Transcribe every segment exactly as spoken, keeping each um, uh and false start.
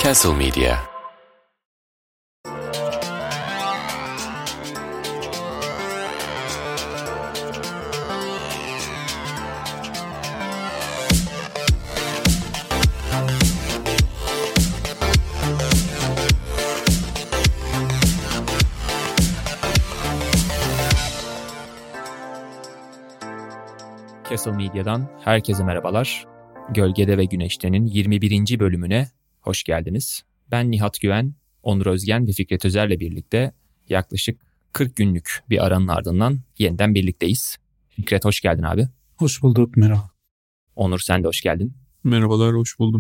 Castle Media. Castle Media'dan herkese merhabalar. Gölgede ve Güneşte'nin yirmi birinci bölümüne hoş geldiniz. Ben Nihat Güven, Onur Özgen ve Fikret Özer'le birlikte yaklaşık kırk günlük bir aranın ardından yeniden birlikteyiz. Fikret hoş geldin abi. Hoş bulduk, merhaba. Onur sen de hoş geldin. Merhabalar, hoş buldum.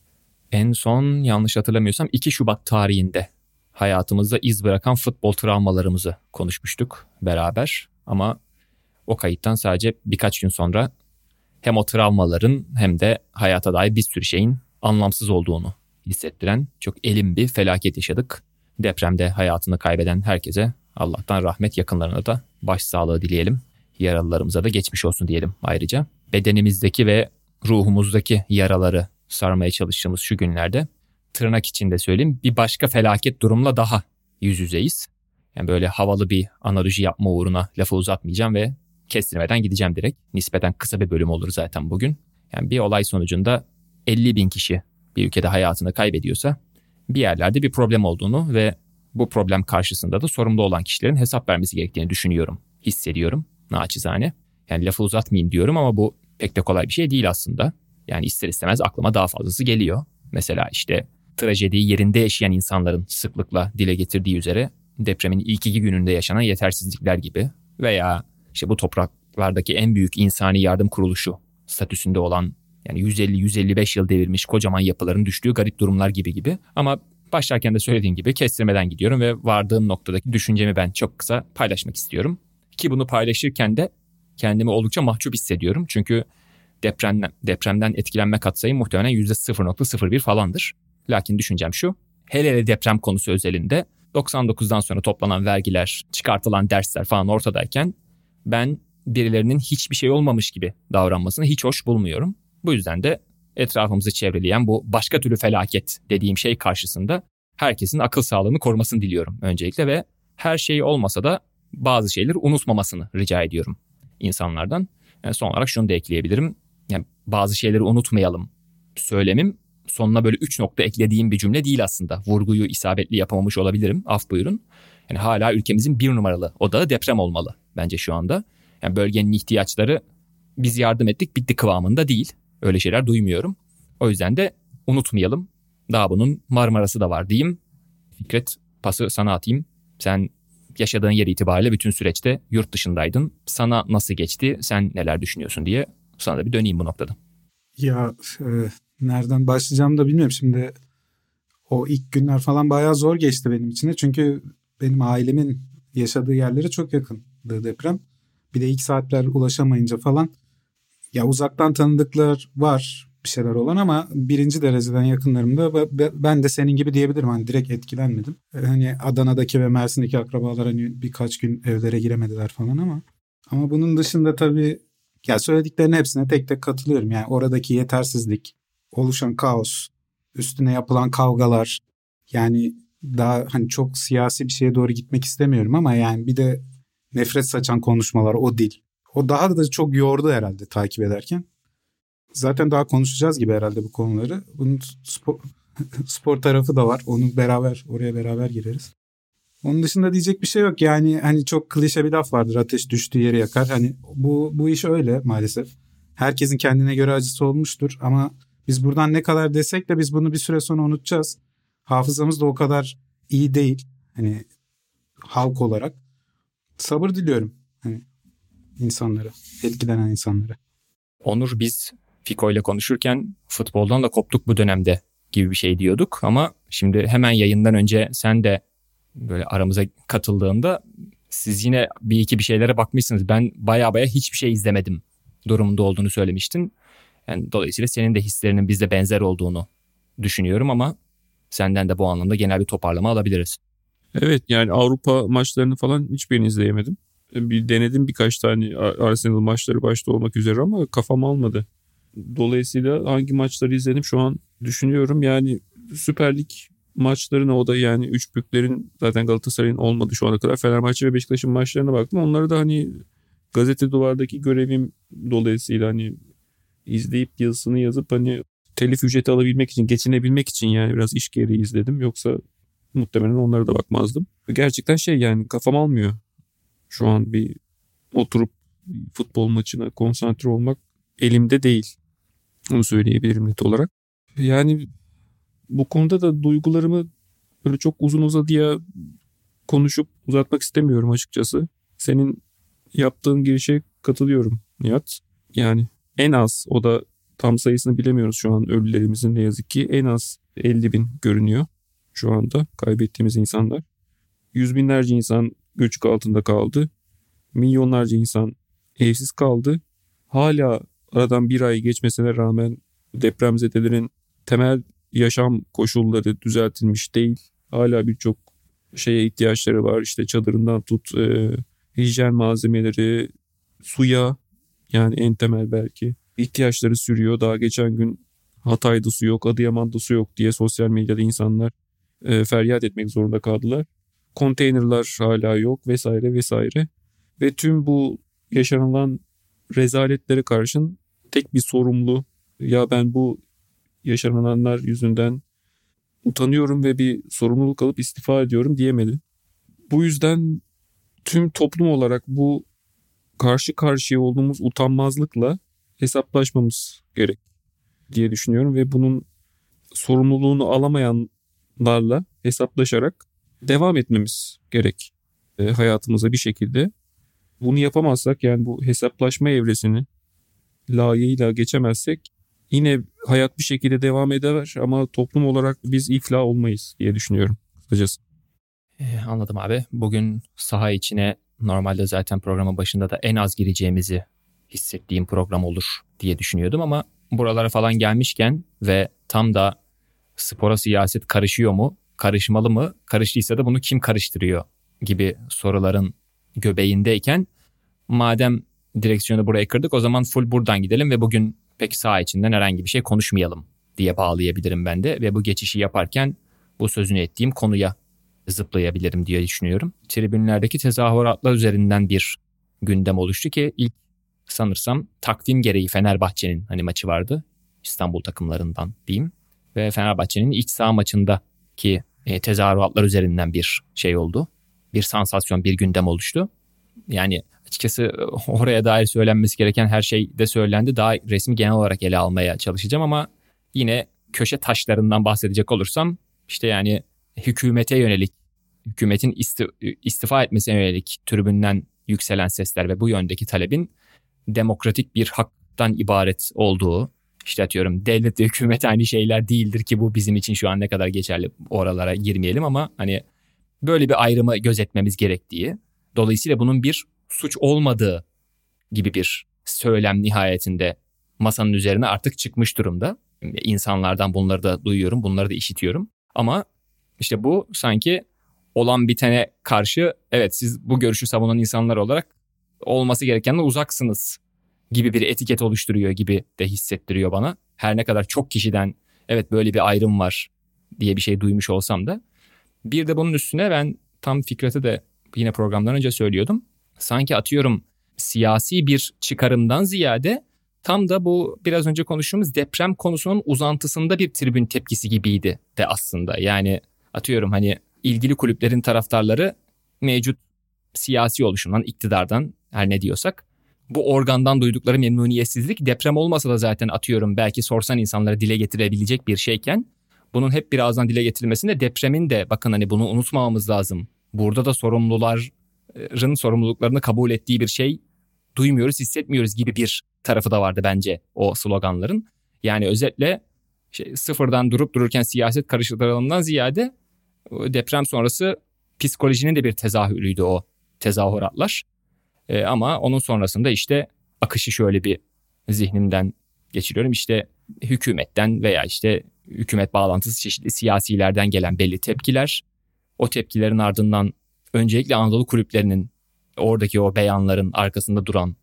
En son yanlış hatırlamıyorsam iki Şubat tarihinde hayatımızda iz bırakan futbol travmalarımızı konuşmuştuk beraber. Ama o kayıttan sadece birkaç gün sonra hem o travmaların hem de hayata dair bir sürü şeyin anlamsız olduğunu hissettiren çok elim bir felaket yaşadık. Depremde hayatını kaybeden herkese Allah'tan rahmet, yakınlarına da başsağlığı dileyelim. Yaralılarımıza da geçmiş olsun diyelim ayrıca. Bedenimizdeki ve ruhumuzdaki yaraları sarmaya çalıştığımız şu günlerde tırnak içinde söyleyeyim bir başka felaket durumla daha yüz yüzeyiz. Yani böyle havalı bir analoji yapma uğruna lafı uzatmayacağım ve kestirmeden gideceğim direkt. Nispeten kısa bir bölüm olur zaten bugün. Yani bir olay sonucunda elli bin kişi bir ülkede hayatını kaybediyorsa bir yerlerde bir problem olduğunu ve bu problem karşısında da sorumlu olan kişilerin hesap vermesi gerektiğini düşünüyorum, hissediyorum naçizane. Yani lafı uzatmayayım diyorum ama bu pek de kolay bir şey değil aslında. Yani ister istemez aklıma daha fazlası geliyor. Mesela işte trajediyi yerinde yaşayan insanların sıklıkla dile getirdiği üzere depremin ilk iki gününde yaşanan yetersizlikler gibi veya İşte bu topraklardaki en büyük insani yardım kuruluşu statüsünde olan yani yüz elli yüz elli beş yıl devirmiş kocaman yapıların düştüğü garip durumlar gibi gibi. Ama başlarken de söylediğim gibi kestirmeden gidiyorum ve vardığım noktadaki düşüncemi ben çok kısa paylaşmak istiyorum. Ki bunu paylaşırken de kendimi oldukça mahcup hissediyorum. Çünkü depremden, depremden etkilenme katsayım muhtemelen yüzde sıfır virgül sıfır bir falandır. Lakin düşüncem şu, hele hele deprem konusu özelinde doksan dokuzdan sonra toplanan vergiler, çıkartılan dersler falan ortadayken ben birilerinin hiçbir şey olmamış gibi davranmasını hiç hoş bulmuyorum. Bu yüzden de etrafımızı çevreleyen bu başka türlü felaket dediğim şey karşısında herkesin akıl sağlığını korumasını diliyorum öncelikle ve her şey olmasa da bazı şeyleri unutmamasını rica ediyorum insanlardan. Yani son olarak şunu da ekleyebilirim. Yani bazı şeyleri unutmayalım söylemim sonuna böyle üç nokta eklediğim bir cümle değil aslında. Vurguyu isabetli yapamamış olabilirim. Af buyurun. Yani hala ülkemizin bir numaralı odağı deprem olmalı bence şu anda. Yani bölgenin ihtiyaçları biz yardım ettik bitti kıvamında değil. Öyle şeyler duymuyorum. O yüzden de unutmayalım. Daha bunun Marmara'sı da var diyeyim. Fikret, pası sana atayım. Sen yaşadığın yer itibariyle bütün süreçte yurt dışındaydın. Sana nasıl geçti? Sen neler düşünüyorsun diye sana da bir döneyim bu noktada. Ya e, nereden başlayacağımı da bilmiyorum. Şimdi o ilk günler falan bayağı zor geçti benim için de. Çünkü benim ailemin yaşadığı yerlere çok yakındı deprem. Bir de ilk saatler ulaşamayınca falan ya uzaktan tanıdıklar var bir şeyler olan ama birinci dereceden yakınlarımda ben de senin gibi diyebilirim. Hani direkt etkilenmedim. Hani Adana'daki ve Mersin'deki akrabalar hani birkaç gün evlere giremediler falan ama ama bunun dışında tabii ya söylediklerinin hepsine tek tek katılıyorum. Yani oradaki yetersizlik, oluşan kaos, üstüne yapılan kavgalar yani daha hani çok siyasi bir şeye doğru gitmek istemiyorum ama yani bir de nefret saçan konuşmalar, o dil. O daha da çok yordu herhalde takip ederken. Zaten daha konuşacağız gibi herhalde bu konuları. Bunun spor, spor tarafı da var. Onu beraber oraya beraber gireriz. Onun dışında diyecek bir şey yok. Yani hani çok klişe bir laf vardır. Ateş düştüğü yeri yakar. Hani bu bu iş öyle maalesef. Herkesin kendine göre acısı olmuştur ama biz buradan ne kadar desek de biz bunu bir süre sonra unutacağız. Hafızamız da o kadar iyi değil. Hani halk olarak. Sabır diliyorum hani insanlara, etkilenen insanlara. Onur, biz Fiko ile konuşurken futboldan da koptuk bu dönemde gibi bir şey diyorduk ama şimdi hemen yayından önce sen de böyle aramıza katıldığında siz yine bir iki bir şeylere bakmışsınız. Ben baya baya hiçbir şey izlemedim durumunda olduğunu söylemiştin. Yani dolayısıyla senin de hislerinin bizde benzer olduğunu düşünüyorum ama senden de bu anlamda genel bir toparlama alabiliriz. Evet, yani Avrupa maçlarını falan hiçbirini izleyemedim. Bir denedim birkaç tane Arsenal maçları başta olmak üzere ama kafam almadı. Dolayısıyla hangi maçları izledim şu an düşünüyorum. Yani Süper Lig maçlarına, o da yani üç büyüklerin zaten Galatasaray'ın olmadı şu ana kadar. Fenerbahçe ve Beşiktaş'ın maçlarına baktım. Onları da hani gazete duvardaki görevim dolayısıyla hani izleyip yazısını yazıp hani telif ücreti alabilmek için, geçinebilmek için yani biraz iş gereği izledim. Yoksa muhtemelen onlara da bakmazdım. Gerçekten şey yani kafam almıyor. Şu an bir oturup futbol maçına konsantre olmak elimde değil. Onu söyleyebilirim net olarak. Yani bu konuda da duygularımı böyle çok uzun uzadıya konuşup uzatmak istemiyorum açıkçası. Senin yaptığın girişe katılıyorum Nihat. Yani en az, o da tam sayısını bilemiyoruz şu an ölülerimizin ne yazık ki, en az elli bin görünüyor şu anda kaybettiğimiz insanlar. Yüz binlerce insan göçük altında kaldı. Milyonlarca insan evsiz kaldı. Hala aradan bir ay geçmesine rağmen depremzedelerin temel yaşam koşulları düzeltilmiş değil. Hala birçok şeye ihtiyaçları var. İşte çadırından tut, e, hijyen malzemeleri, suya, yani en temel belki ihtiyaçları sürüyor. Daha geçen gün Hatay'da su yok, Adıyaman'da su yok diye sosyal medyada insanlar e, feryat etmek zorunda kaldılar. Konteynerler hala yok vesaire vesaire. Ve tüm bu yaşanılan rezaletlere karşın tek bir sorumlu, ya ben bu yaşananlar yüzünden utanıyorum ve bir sorumluluk alıp istifa ediyorum diyemedi. Bu yüzden tüm toplum olarak bu karşı karşıya olduğumuz utanmazlıkla hesaplaşmamız gerek diye düşünüyorum ve bunun sorumluluğunu alamayanlarla hesaplaşarak devam etmemiz gerek e, hayatımıza bir şekilde. Bunu yapamazsak, yani bu hesaplaşma evresini layığıyla geçemezsek yine hayat bir şekilde devam eder ama toplum olarak biz iflah olmayız diye düşünüyorum kısacası. Ee, anladım abi. Bugün saha içine normalde zaten programın başında da en az gireceğimizi hissettiğim program olur diye düşünüyordum ama buralara falan gelmişken ve tam da spora siyaset karışıyor mu, karışmalı mı, karıştıysa da bunu kim karıştırıyor gibi soruların göbeğindeyken madem direksiyonu buraya kırdık o zaman full buradan gidelim ve bugün pek saha içinden herhangi bir şey konuşmayalım diye bağlayabilirim ben de ve bu geçişi yaparken bu sözünü ettiğim konuya zıplayabilirim diye düşünüyorum. Tribünlerdeki tezahüratlar üzerinden bir gündem oluştu ki ilk sanırsam takvim gereği Fenerbahçe'nin hani maçı vardı. İstanbul takımlarından diyeyim. Ve Fenerbahçe'nin iç saha maçındaki e, tezahüratlar üzerinden bir şey oldu. Bir sansasyon, bir gündem oluştu. Yani açıkçası oraya dair söylenmesi gereken her şey de söylendi. Daha resmi genel olarak ele almaya çalışacağım ama yine köşe taşlarından bahsedecek olursam işte yani hükümete yönelik, hükümetin isti- istifa etmesine yönelik tribünden yükselen sesler ve bu yöndeki talebin demokratik bir haktan ibaret olduğu, işte atıyorum devlet ve hükümet aynı şeyler değildir ki bu bizim için şu an ne kadar geçerli, oralara girmeyelim ama hani böyle bir ayrımı gözetmemiz gerektiği, dolayısıyla bunun bir suç olmadığı gibi bir söylem nihayetinde masanın üzerine artık çıkmış durumda. İnsanlardan bunları da duyuyorum, bunları da işitiyorum ama işte bu sanki olan bitene karşı evet siz bu görüşü savunan insanlar olarak olması gerekenden uzaksınız gibi bir etiket oluşturuyor gibi de hissettiriyor bana. Her ne kadar çok kişiden evet böyle bir ayrım var diye bir şey duymuş olsam da. Bir de bunun üstüne ben tam Fikret'e de yine programdan önce söylüyordum. Sanki atıyorum siyasi bir çıkarımdan ziyade tam da bu biraz önce konuştuğumuz deprem konusunun uzantısında bir tribün tepkisi gibiydi de aslında. Yani atıyorum hani ilgili kulüplerin taraftarları mevcut siyasi oluşumdan, iktidardan her ne diyorsak bu organdan duydukları memnuniyetsizlik deprem olmasa da zaten atıyorum belki sorsan insanlara dile getirebilecek bir şeyken bunun hep birazdan dile getirilmesinde depremin de bakın hani bunu unutmamamız lazım. Burada da sorumluların sorumluluklarını kabul ettiği bir şey duymuyoruz, hissetmiyoruz gibi bir tarafı da vardı bence o sloganların. Yani özetle şey, sıfırdan durup dururken siyaset karıştırılığından ziyade deprem sonrası psikolojinin de bir tezahürüydü o tezahüratlar. Ee, ama onun sonrasında işte akışı şöyle bir zihnimden geçiriyorum. İşte hükümetten veya işte hükümet bağlantısı çeşitli siyasilerden gelen belli tepkiler. O tepkilerin ardından öncelikle Anadolu kulüplerinin oradaki o beyanların arkasında duran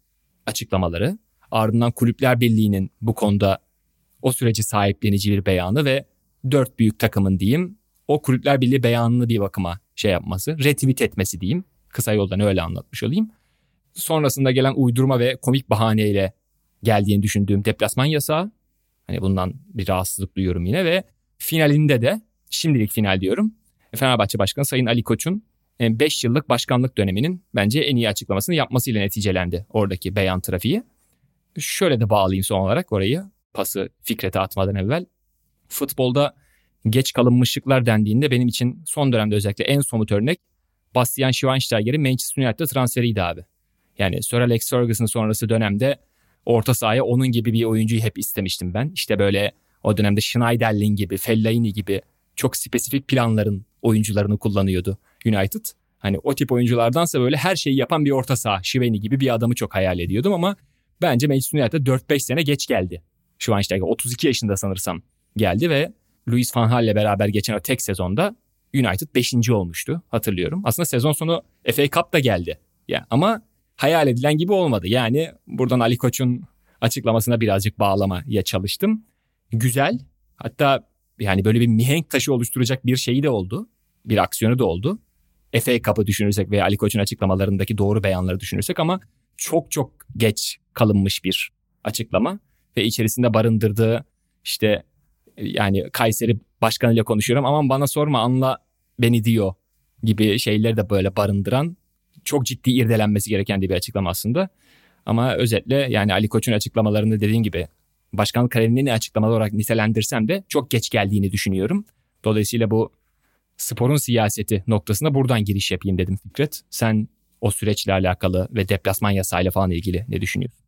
açıklamaları. Ardından Kulüpler Birliği'nin bu konuda o süreci sahiplenici bir beyanı ve dört büyük takımın diyeyim o Kulüpler Birliği beyanını bir bakıma şey yapması, retweet etmesi diyeyim. Kısa yoldan öyle anlatmış olayım. Sonrasında gelen uydurma ve komik bahaneyle geldiğini düşündüğüm deplasman yasağı. Hani bundan bir rahatsızlık duyuyorum yine ve finalinde de şimdilik final diyorum. Fenerbahçe Başkanı Sayın Ali Koç'un beş yıllık başkanlık döneminin bence en iyi açıklamasını yapmasıyla neticelendi oradaki beyan trafiği. Şöyle de bağlayayım son olarak orayı, pası Fikret'e atmadan evvel. Futbolda geç kalınmışlıklar dendiğinde benim için son dönemde özellikle en somut örnek Bastian Schweinsteiger'in Manchester United'a transferiydi abi. Yani Sir Alex Ferguson sonrası dönemde orta sahaya onun gibi bir oyuncuyu hep istemiştim ben. İşte böyle o dönemde Schneiderlin gibi, Fellaini gibi çok spesifik planların oyuncularını kullanıyordu United. Hani o tip oyunculardansa böyle her şeyi yapan bir orta saha, Şiveni gibi bir adamı çok hayal ediyordum ama bence Manchester United'a dört beş sene geç geldi. Schweinsteiger otuz iki yaşında sanırsam geldi ve Louis van Gaal'le beraber geçen o tek sezonda United beşinci olmuştu, hatırlıyorum. Aslında sezon sonu F A Cup da geldi. Ya ama hayal edilen gibi olmadı. Yani buradan Ali Koç'un açıklamasına birazcık bağlamaya çalıştım. Güzel. Hatta yani böyle bir mihenk taşı oluşturacak bir şeyi de oldu. Bir aksiyonu da oldu. F A Cup'ı düşünürsek veya Ali Koç'un açıklamalarındaki doğru beyanları düşünürsek ama çok çok geç kalınmış bir açıklama ve içerisinde barındırdığı işte yani Kayseri başkanıyla konuşuyorum aman bana sorma anla beni diyor gibi şeyleri de böyle barındıran çok ciddi irdelenmesi gereken bir açıklama aslında. Ama özetle yani Ali Koç'un açıklamalarını dediğim gibi başkanlık kararını açıklamalar olarak nitelendirsem de çok geç geldiğini düşünüyorum. Dolayısıyla bu sporun siyaseti noktasına buradan giriş yapayım dedim Fikret. Sen o süreçle alakalı ve deplasman yasağıyla falan ilgili ne düşünüyorsun?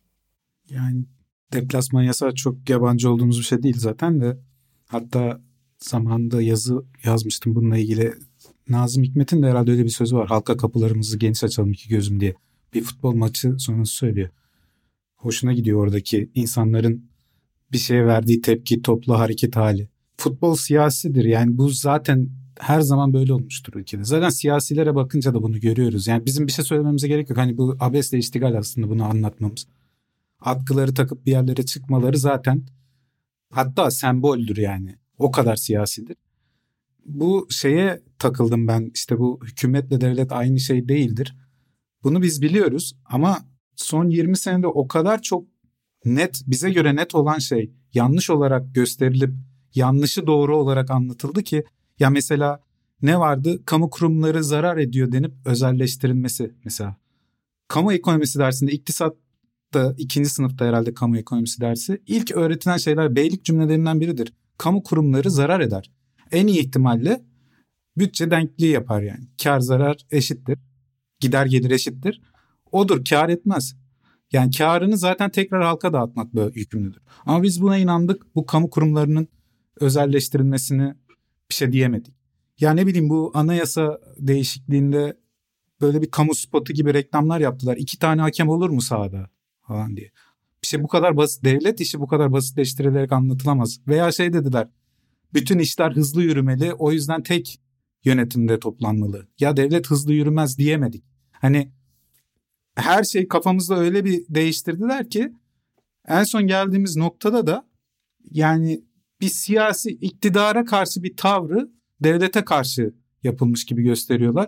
Yani deplasman yasağı çok yabancı olduğumuz bir şey değil zaten de. Hatta zamanında yazı yazmıştım bununla ilgili. Nazım Hikmet'in de herhalde öyle bir sözü var. Halka kapılarımızı geniş açalım iki gözüm diye. Bir futbol maçı sonrası söylüyor. Hoşuna gidiyor oradaki insanların bir şeye verdiği tepki, toplu hareket hali. Futbol siyasidir. Yani bu zaten her zaman böyle olmuştur ülkede. Zaten siyasilere bakınca da bunu görüyoruz. Yani bizim bir şey söylememize gerek yok. Hani bu abesle iştigal aslında bunu anlatmamız. Atkıları takıp bir yerlere çıkmaları zaten hatta semboldür yani. O kadar siyasidir. Bu şeye takıldım ben. İşte bu hükümetle devlet aynı şey değildir. Bunu biz biliyoruz ama son yirmi senede o kadar çok net, bize göre net olan şey yanlış olarak gösterilip yanlışı doğru olarak anlatıldı ki ya mesela ne vardı? Kamu kurumları zarar ediyor denip özelleştirilmesi mesela. Kamu ekonomisi dersinde iktisatta ikinci sınıfta herhalde kamu ekonomisi dersi ilk öğretilen şeyler beylik cümlelerinden biridir. Kamu kurumları zarar eder. En iyi ihtimalle bütçe denkliği yapar yani. Kar zarar eşittir. Gider gelir eşittir. Odur, kar etmez. Yani karını zaten tekrar halka dağıtmak böyle yükümlüdür. Ama biz buna inandık. Bu kamu kurumlarının özelleştirilmesini bir şey diyemedik. Ya ne bileyim bu anayasa değişikliğinde böyle bir kamu spotu gibi reklamlar yaptılar. İki tane hakem olur mu sahada falan diye. Bir şey bu kadar basit, devlet işi bu kadar basitleştirilerek anlatılamaz. Veya şey dediler. Bütün işler hızlı yürümeli. O yüzden tek yönetimde toplanmalı. Ya devlet hızlı yürümez diyemedik. Hani her şey kafamızda öyle bir değiştirdiler ki en son geldiğimiz noktada da yani bir siyasi iktidara karşı bir tavrı devlete karşı yapılmış gibi gösteriyorlar.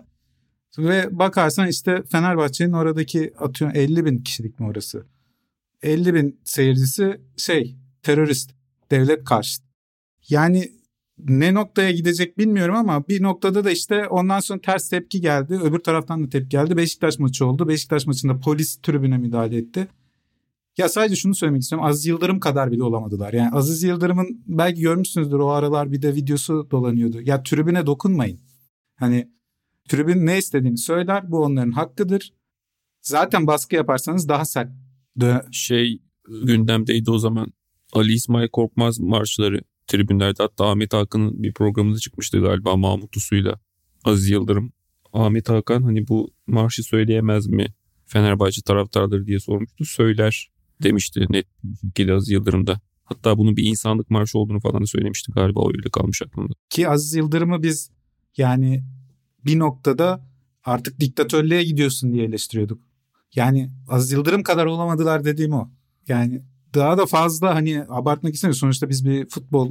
Ve bakarsan işte Fenerbahçe'nin oradaki atıyorum elli bin kişilik mi orası? elli bin seyircisi şey terörist, devlet karşıtı. Yani ne noktaya gidecek bilmiyorum ama bir noktada da işte ondan sonra ters tepki geldi. Öbür taraftan da tepki geldi. Beşiktaş maçı oldu. Beşiktaş maçında polis tribüne müdahale etti. Ya sadece şunu söylemek istiyorum. Aziz Yıldırım kadar bile olamadılar. Yani Aziz Yıldırım'ın belki görmüşsünüzdür o aralar bir de videosu dolanıyordu. Ya tribüne dokunmayın. Hani tribün ne istediğini söyler. Bu onların hakkıdır. Zaten baskı yaparsanız daha sert. Dö- Şey gündemdeydi o zaman. Ali İsmail Korkmaz marşları tribünlerde. Hatta Ahmet Hakan'ın bir programında çıkmıştı galiba Mahmut Uslu'yla. Aziz Yıldırım. Ahmet Hakan hani bu marşı söyleyemez mi Fenerbahçe taraftarları diye sormuştu. Söyler demişti net bir şekilde Aziz Yıldırım'da. Hatta bunun bir insanlık marşı olduğunu falan da söylemişti galiba, o öyle kalmış aklımda. Ki Aziz Yıldırım'ı biz yani bir noktada artık diktatörlüğe gidiyorsun diye eleştiriyorduk. Yani Aziz Yıldırım kadar olamadılar dediğim o. Yani daha da fazla hani abartmak istemiyorum. Sonuçta biz bir futbol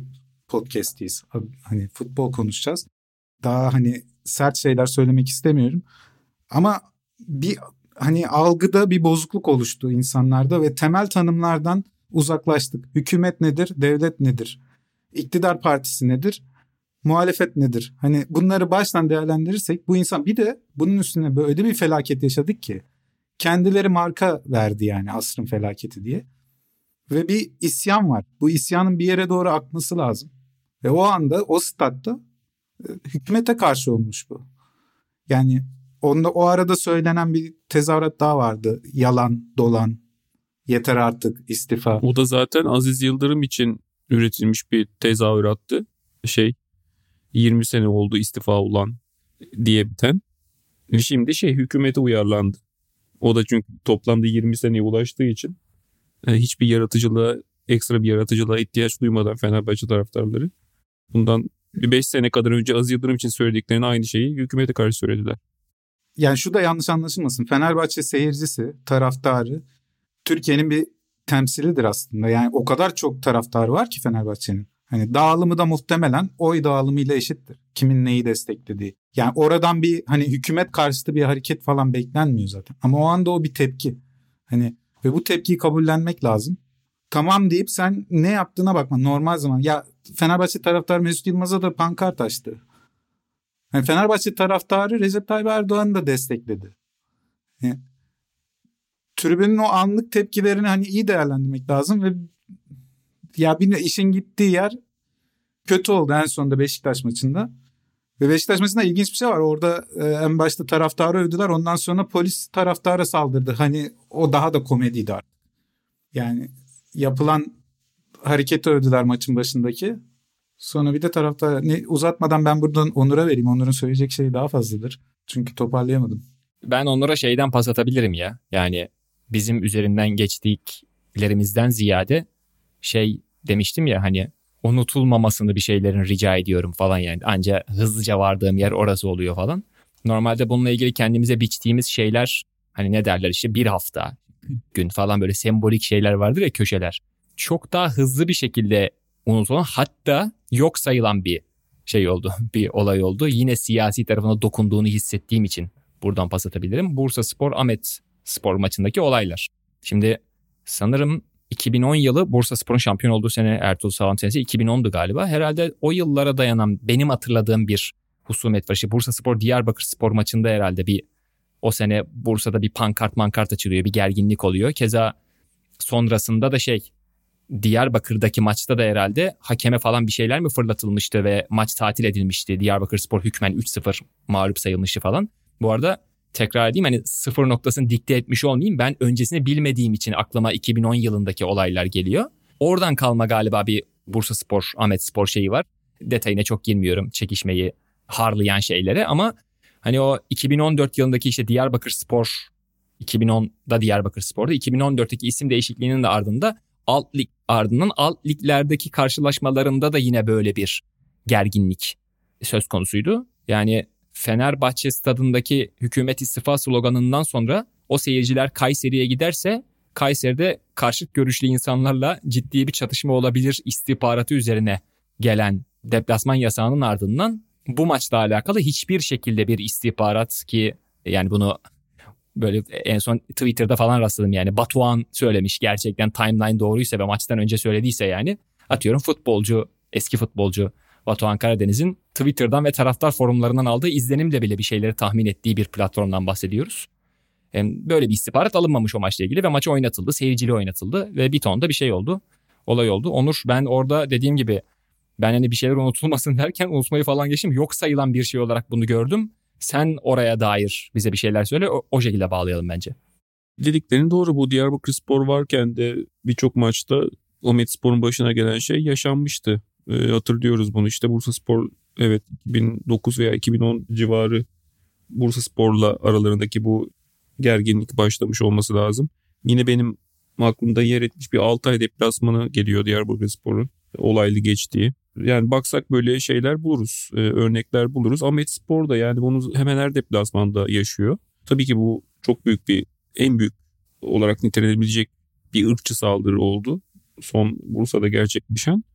podcast'iyiz. Hani futbol konuşacağız. Daha hani sert şeyler söylemek istemiyorum. Ama bir hani algıda bir bozukluk oluştu insanlarda ve temel tanımlardan uzaklaştık. Hükümet nedir? Devlet nedir? İktidar partisi nedir? Muhalefet nedir? Hani bunları baştan değerlendirirsek bu insan bir de bunun üstüne böyle bir felaket yaşadık ki kendileri marka verdi yani asrın felaketi diye. Ve bir isyan var. Bu isyanın bir yere doğru akması lazım. Ve o anda o statta hükümete karşı olmuş bu. Yani onda o arada söylenen bir tezahürat daha vardı. Yalan, dolan, yeter artık, istifa. O da zaten Aziz Yıldırım için üretilmiş bir tezahürattı. Şey yirmi sene oldu istifa ulan diye biten. Şimdi şey hükümete uyarlandı. O da çünkü toplamda yirmi seneye ulaştığı için hiçbir yaratıcılığa, ekstra bir yaratıcılığa ihtiyaç duymadan Fenerbahçe taraftarları bundan bir beş sene kadar önce Aziz Yıldırım için söylediklerini aynı şeyi hükümete karşı söylediler. Yani şu da yanlış anlaşılmasın. Fenerbahçe seyircisi, taraftarı Türkiye'nin bir temsilidir aslında. Yani o kadar çok taraftarı var ki Fenerbahçe'nin. Hani dağılımı da muhtemelen oy dağılımıyla eşittir. Kimin neyi desteklediği. Yani oradan bir hani hükümet karşıtı bir hareket falan beklenmiyor zaten. Ama o anda o bir tepki. Hani ve bu tepkiyi kabullenmek lazım. Tamam deyip sen ne yaptığına bakma. Normal zaman. Ya Fenerbahçe taraftarı Mesut Yılmaz'a da pankart açtı. Yani Fenerbahçe taraftarı Recep Tayyip Erdoğan'ı da destekledi. Yani, tribünün o anlık tepkilerini hani iyi değerlendirmek lazım ve ya bir işin gittiği yer kötü oldu en sonunda Beşiktaş maçında. Ve Beşiktaş maçında ilginç bir şey var. Orada e, en başta taraftarı övdüler. Ondan sonra polis taraftara saldırdı. Hani o daha da komediydi artık. Yani yapılan hareketi övdüler maçın başındaki. Sonra bir de taraftar ne, uzatmadan ben buradan Onur'a vereyim. Onur'un söyleyecek şeyi daha fazladır. Çünkü toparlayamadım. Ben Onur'a şeyden pas atabilirim ya. Yani bizim üzerinden geçtiklerimizden ziyade şey demiştim ya hani unutulmamasını bir şeylerin rica ediyorum falan yani. Anca hızlıca vardığım yer orası oluyor falan. Normalde bununla ilgili kendimize biçtiğimiz şeyler hani ne derler işte bir hafta, gün falan böyle sembolik şeyler vardır ya köşeler. Çok daha hızlı bir şekilde unutulan hatta yok sayılan bir şey oldu. Bir olay oldu. Yine siyasi tarafına dokunduğunu hissettiğim için buradan pas atabilirim. Bursaspor Ahmet Spor maçındaki olaylar. Şimdi sanırım iki bin on yılı Bursaspor'un şampiyon olduğu sene Ertuğrul Sağlam senesi iki bin ondu galiba. Herhalde o yıllara dayanan benim hatırladığım bir husumet var. İşte Bursaspor Diyarbakırspor maçında herhalde bir o sene Bursa'da bir pankart mankart açılıyor. Bir gerginlik oluyor. Keza sonrasında da şey Diyarbakır'daki maçta da herhalde hakeme falan bir şeyler mi fırlatılmıştı ve maç tatil edilmişti. Diyarbakırspor hükmen üç sıfır mağlup sayılmıştı falan. Bu arada tekrar edeyim hani sıfır noktasını dikte etmiş olmayayım. Ben öncesini bilmediğim için aklıma iki bin on yılındaki olaylar geliyor. Oradan kalma galiba bir Bursaspor, Ahmetspor şeyi var. Detayına çok girmiyorum çekişmeyi harlayan şeylere ama hani o iki bin on dört yılındaki işte Diyarbakırspor, iki bin onda Diyarbakırspor'da, iki bin on dörtteki isim değişikliğinin de ardında alt lig ardından alt liglerdeki karşılaşmalarında da yine böyle bir gerginlik söz konusuydu. Yani Fenerbahçe stadındaki hükümet istifa sloganından sonra o seyirciler Kayseri'ye giderse Kayseri'de karşıt görüşlü insanlarla ciddi bir çatışma olabilir istihbaratı üzerine gelen deplasman yasağının ardından bu maçla alakalı hiçbir şekilde bir istihbarat ki yani bunu böyle en son Twitter'da falan rastladım yani Batuhan söylemiş gerçekten timeline doğruysa ve maçtan önce söylediyse yani atıyorum futbolcu eski futbolcu Batuhan Karadeniz'in Twitter'dan ve taraftar forumlarından aldığı izlenimle bile bir şeyleri tahmin ettiği bir platformdan bahsediyoruz. Böyle bir istihbarat alınmamış o maçla ilgili ve maç oynatıldı, seyircili oynatıldı ve bir tonda bir şey oldu, olay oldu. Onur ben orada dediğim gibi ben hani bir şeyler unutulmasın derken unutmayı falan geçtim. Yok sayılan bir şey olarak bunu gördüm. Sen oraya dair bize bir şeyler söyle o, o şekilde bağlayalım bence. Dediklerin doğru bu Diyarbakırspor varken de birçok maçta Ahmetspor'un başına gelen şey yaşanmıştı. E, hatırlıyoruz bunu işte Bursaspor evet iki bin dokuz veya iki bin on civarı Bursaspor'la aralarındaki bu gerginlik başlamış olması lazım. Yine benim aklımda yer etmiş bir Altay deplasmanı geliyor Diyarbakırspor'un olaylı geçtiği. Yani baksak böyle şeyler buluruz, e, örnekler buluruz. Ahmetspor da yani bunu hemen her deplasmanda yaşıyor. Tabii ki bu çok büyük bir, en büyük olarak nitelendirilebilecek bir ırkçı saldırı oldu. Son Bursa'da gerçekleşen.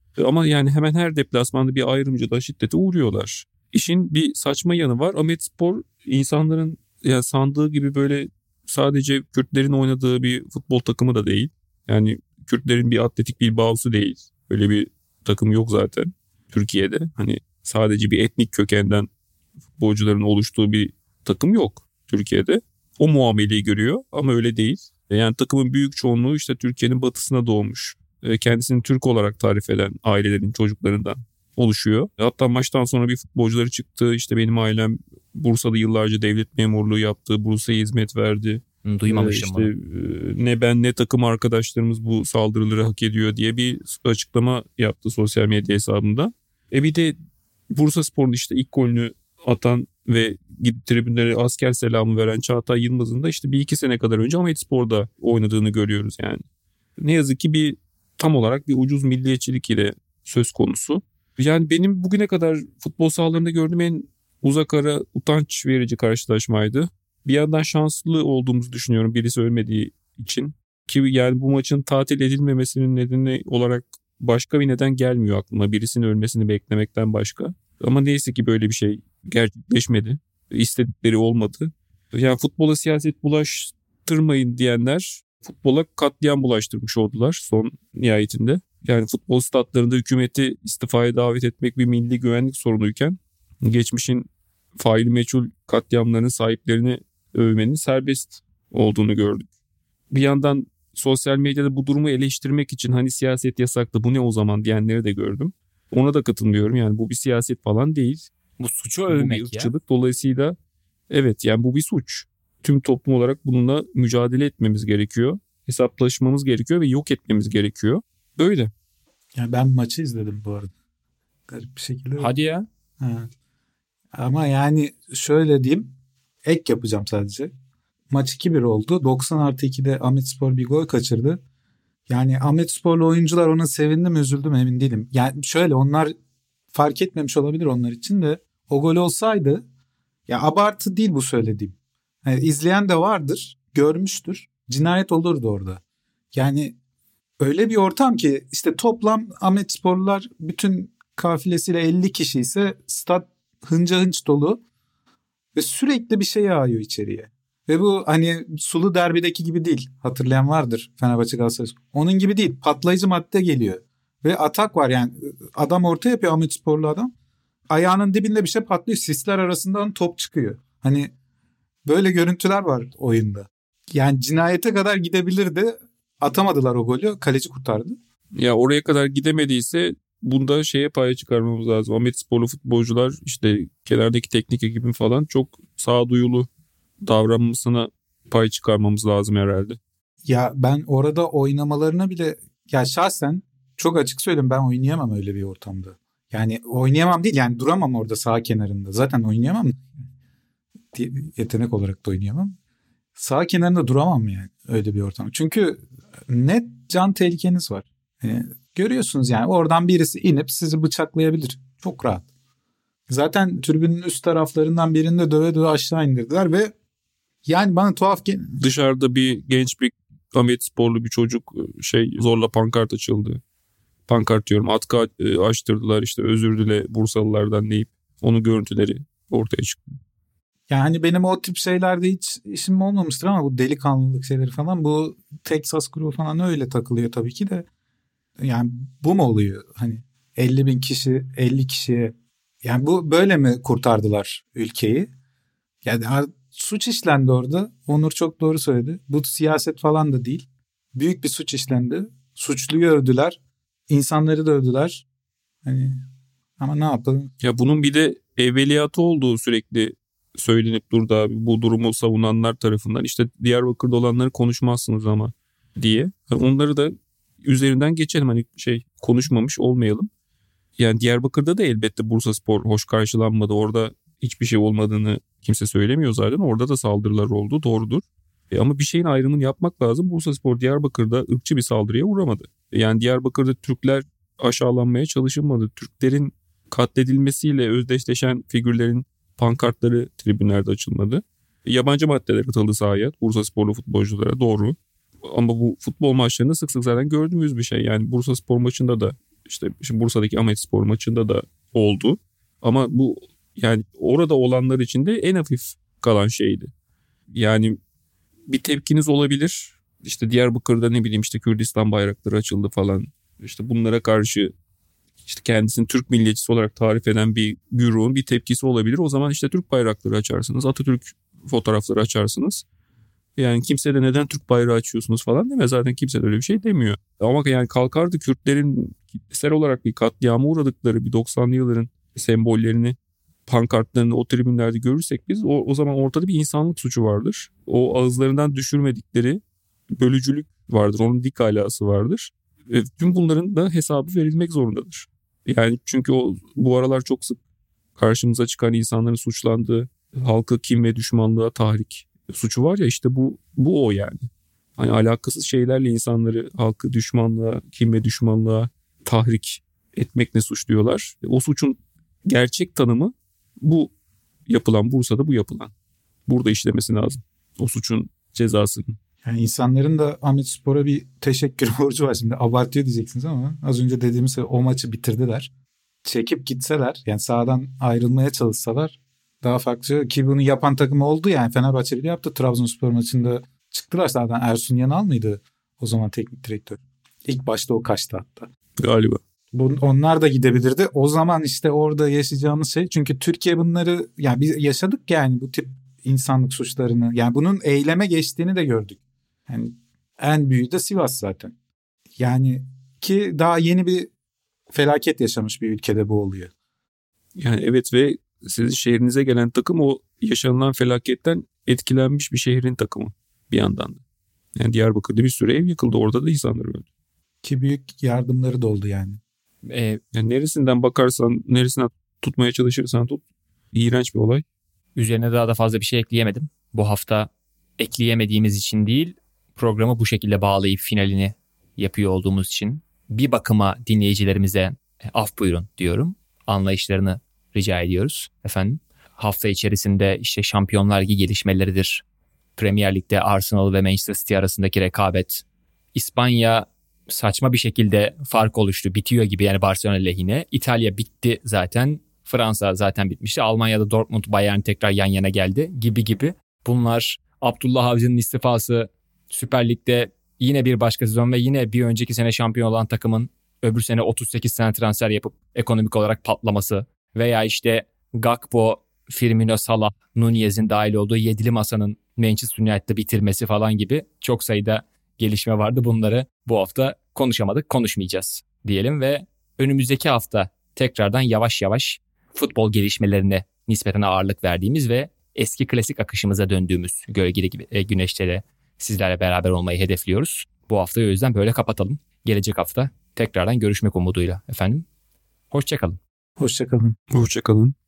Ama yani hemen her deplasmanda bir ayrımcılığa, şiddete uğruyorlar. İşin bir saçma yanı var. Ahmetspor insanların yani sandığı gibi böyle sadece Kürtlerin oynadığı bir futbol takımı da değil. Yani Kürtlerin bir Atletik Bilbao'su değil. Öyle bir takım yok zaten Türkiye'de. Hani sadece bir etnik kökenden futbolcuların oluştuğu bir takım yok Türkiye'de. O muameleyi görüyor ama öyle değil. Yani takımın büyük çoğunluğu işte Türkiye'nin batısına doğmuş. Kendisini Türk olarak tarif eden ailelerin çocuklarından oluşuyor. Hatta maçtan sonra bir futbolcuları çıktı. İşte benim ailem Bursa'da yıllarca devlet memurluğu yaptı. Bursa'ya hizmet verdi. Duymamıştım işte, bunu. Ne ben ne takım arkadaşlarımız bu saldırıları hak ediyor diye bir açıklama yaptı sosyal medya hesabında. E bir de Bursaspor'un işte ilk golünü atan ve gidip tribünlere asker selamı veren Çağatay Yılmaz'ın da işte bir iki sene kadar önce Ahmetspor'da oynadığını görüyoruz yani. Ne yazık ki bir tam olarak bir ucuz milliyetçilik ile söz konusu. Yani benim bugüne kadar futbol sahalarında gördüğüm en uzak ara utanç verici karşılaşmaydı. Bir yandan şanslı olduğumuzu düşünüyorum birisi ölmediği için. Ki yani bu maçın tatil edilmemesinin nedeni olarak başka bir neden gelmiyor aklıma. Birisinin ölmesini beklemekten başka. Ama neyse ki böyle bir şey gerçekleşmedi. İstedikleri olmadı. Yani futbola siyaset bulaştırmayın diyenler futbola katliam bulaştırmış oldular son nihayetinde. Yani futbol statlarında hükümeti istifaya davet etmek bir milli güvenlik sorunuyken geçmişin faili meçhul katliamlarının sahiplerini övmenin serbest olduğunu gördük. Bir yandan sosyal medyada bu durumu eleştirmek için hani siyaset yasaklı bu ne o zaman diyenleri de gördüm. Ona da katılmıyorum yani bu bir siyaset falan değil. Bu suçu övmek bu bir ırkçılık. Ya. Dolayısıyla evet yani bu bir suç. Tüm toplum olarak bununla mücadele etmemiz gerekiyor. Hesaplaşmamız gerekiyor ve yok etmemiz gerekiyor. Böyle. Yani ben maçı izledim bu arada. Garip bir şekilde. Hadi ya. Ha. Ama yani şöyle diyeyim. Ek yapacağım sadece. Maç iki bir oldu. doksan artı ikide Ahmetspor bir gol kaçırdı. Yani Ahmetsporlu oyuncular ona sevindim üzüldüm emin değilim. Yani şöyle onlar fark etmemiş olabilir onlar için de o gol olsaydı ya abartı değil bu söylediğim. Yani izleyen de vardır, görmüştür. Cinayet olurdu orada. Yani öyle bir ortam ki işte toplam Ahmetsporlular bütün kafilesiyle elli kişi ise stat hınca hınç dolu ve sürekli bir şey yağıyor içeriye. Ve bu hani sulu derbideki gibi değil. Hatırlayan vardır Fenerbahçe Galatasaray. Onun gibi değil. Patlayıcı madde geliyor. Ve atak var yani. Adam orta yapıyor Ahmetsporlu adam. Ayağının dibinde bir şey patlıyor. Sisler arasından top çıkıyor. Hani böyle görüntüler var oyunda. Yani cinayete kadar gidebilirdi. Atamadılar o golü. Kaleci kurtardı. Ya oraya kadar gidemediyse bunda şeye paya çıkarmamız lazım. Ahmetsporlu futbolcular işte kenardaki teknik ekibin falan çok sağduyulu davranmasına pay çıkarmamız lazım herhalde. Ya ben orada oynamalarına bile ya şahsen çok açık söyleyeyim ben oynayamam öyle bir ortamda. Yani oynayamam değil yani duramam orada sağ kenarında. Zaten oynayamam. Yetenek olarak da oynayamam. Sağ kenarında duramam yani öyle bir ortam. Çünkü net can tehlikeniz var. Yani görüyorsunuz yani oradan birisi inip sizi bıçaklayabilir. Çok rahat. Zaten tribünün üst taraflarından birinde döve döve aşağı indirdiler ve yani bana tuhaf gel- dışarıda bir genç bir Ahmetsporlu bir çocuk şey zorla pankart açıldı. Pankart diyorum atkı açtırdılar işte özür dile Bursalılardan deyip onun görüntüleri ortaya çıktı. Yani benim o tip şeylerde hiç işim olmamıştır ama bu delikanlılık şeyleri falan bu Texas grubu falan öyle takılıyor tabii ki de. Yani bu mu oluyor hani elli bin kişi elli kişiye yani bu böyle mi kurtardılar ülkeyi? Yani suç işlendi orada. Onur çok doğru söyledi. Bu siyaset falan da değil. Büyük bir suç işlendi. Suçluyu övdüler. İnsanları da övdüler. Hani ama ne yapalım? Ya bunun bir de evveliyatı olduğu sürekli söylenip durdu abi. Bu durumu savunanlar tarafından. İşte Diyarbakır'da olanları konuşmazsınız ama diye. Onları da üzerinden geçelim. Hani şey konuşmamış olmayalım. Yani Diyarbakır'da da elbette Bursaspor hoş karşılanmadı. Orada hiçbir şey olmadığını kimse söylemiyor zaten. Orada da saldırılar oldu. Doğrudur. E ama bir şeyin ayrımını yapmak lazım. Bursaspor Diyarbakır'da ırkçı bir saldırıya uğramadı. Yani Diyarbakır'da Türkler aşağılanmaya çalışılmadı. Türklerin katledilmesiyle özdeşleşen figürlerin pankartları tribünlerde açılmadı. E, yabancı maddeler atıldı sahaya Bursasporlu futbolculara doğru. Ama bu futbol maçlarında sık sık zaten gördüğümüz bir şey. Yani Bursaspor maçında da işte şimdi Bursa'daki Ahmetspor maçında da oldu. Ama bu yani orada olanlar için de en hafif kalan şeydi. Yani bir tepkiniz olabilir. İşte Diyarbakır'da ne bileyim işte Kürdistan bayrakları açıldı falan. İşte bunlara karşı işte kendisini Türk milliyetçisi olarak tarif eden bir güruhun bir tepkisi olabilir. O zaman işte Türk bayrakları açarsınız. Atatürk fotoğrafları açarsınız. Yani kimse de neden Türk bayrağı açıyorsunuz falan demez. Zaten kimse de öyle bir şey demiyor. Ama yani kalkardı Kürtlerin kitlesel olarak bir katliama uğradıkları bir doksanlı yılların sembollerini, pankartlarını o tribünlerde görürsek biz o, o zaman ortada bir insanlık suçu vardır. O ağızlarından düşürmedikleri bölücülük vardır. Onun dik alası vardır. E, tüm bunların da hesabı verilmek zorundadır. Yani çünkü o bu aralar çok sık karşımıza çıkan insanların suçlandığı halkı kin ve düşmanlığa tahrik suçu var ya, işte bu bu o yani. Hani alakasız şeylerle insanları halkı düşmanlığa, kin ve düşmanlığa tahrik etmekle suçluyorlar. O suçun gerçek tanımı bu yapılan, Bursa'da bu yapılan. Burada işlemesi lazım. O suçun cezasının. Yani insanların da Ahmetspor'a bir teşekkür borcu var. Şimdi abartıyor diyeceksiniz ama az önce dediğimiz o maçı bitirdiler. Çekip gitseler, yani sahadan ayrılmaya çalışsalar daha farklı, ki bunu yapan takım oldu yani. Fenerbahçe bile yaptı. Trabzonspor maçında çıktılar sahadan. Ersun Yanal mıydı o zaman teknik direktör? İlk başta o kaçtı hatta. Galiba. Bu, onlar da gidebilirdi. O zaman işte orada yaşayacağımız şey, çünkü Türkiye bunları, yani biz yaşadık yani bu tip insanlık suçlarını. Yani bunun eyleme geçtiğini de gördük. Yani en büyüğü de Sivas zaten. Yani ki daha yeni bir felaket yaşamış bir ülkede bu oluyor. Yani evet, ve sizin şehrinize gelen takım o yaşanılan felaketten etkilenmiş bir şehrin takımı bir yandan da. Yani Diyarbakır'da bir sürü ev yıkıldı. Orada da insanlar öldü. Ki büyük yardımları da oldu yani. Ee, Yani neresinden bakarsan, neresinden tutmaya çalışırsan tut. İğrenç bir olay. Üzerine daha da fazla bir şey ekleyemedim. Bu hafta ekleyemediğimiz için değil, programı bu şekilde bağlayıp finalini yapıyor olduğumuz için bir bakıma dinleyicilerimize af buyurun diyorum. Anlayışlarını rica ediyoruz efendim. Hafta içerisinde işte Şampiyonlar Ligi gelişmeleridir. Premier Lig'de Arsenal ve Manchester City arasındaki rekabet. İspanya saçma bir şekilde fark oluştu. Bitiyor gibi yani Barcelona lehine. İtalya bitti zaten. Fransa zaten bitmişti. Almanya'da Dortmund, Bayern tekrar yan yana geldi gibi gibi. Bunlar, Abdullah Avcı'nın istifası, Süper Lig'de yine bir başka sezon ve yine bir önceki sene şampiyon olan takımın öbür sene otuz sekiz tane transfer yapıp ekonomik olarak patlaması veya işte Gakpo, Firmino, Salah, Nunez'in dahil olduğu yedili masanın Manchester United'ı bitirmesi falan gibi çok sayıda gelişme vardı. Bunları bu hafta konuşamadık, konuşmayacağız diyelim ve önümüzdeki hafta tekrardan yavaş yavaş futbol gelişmelerine nispeten ağırlık verdiğimiz ve eski klasik akışımıza döndüğümüz Gölgeli Güneş'te sizlerle beraber olmayı hedefliyoruz. Bu haftayı o yüzden böyle kapatalım. Gelecek hafta tekrardan görüşmek umuduyla efendim. Hoşça kalın. Hoşça kalın. Hoşça kalın.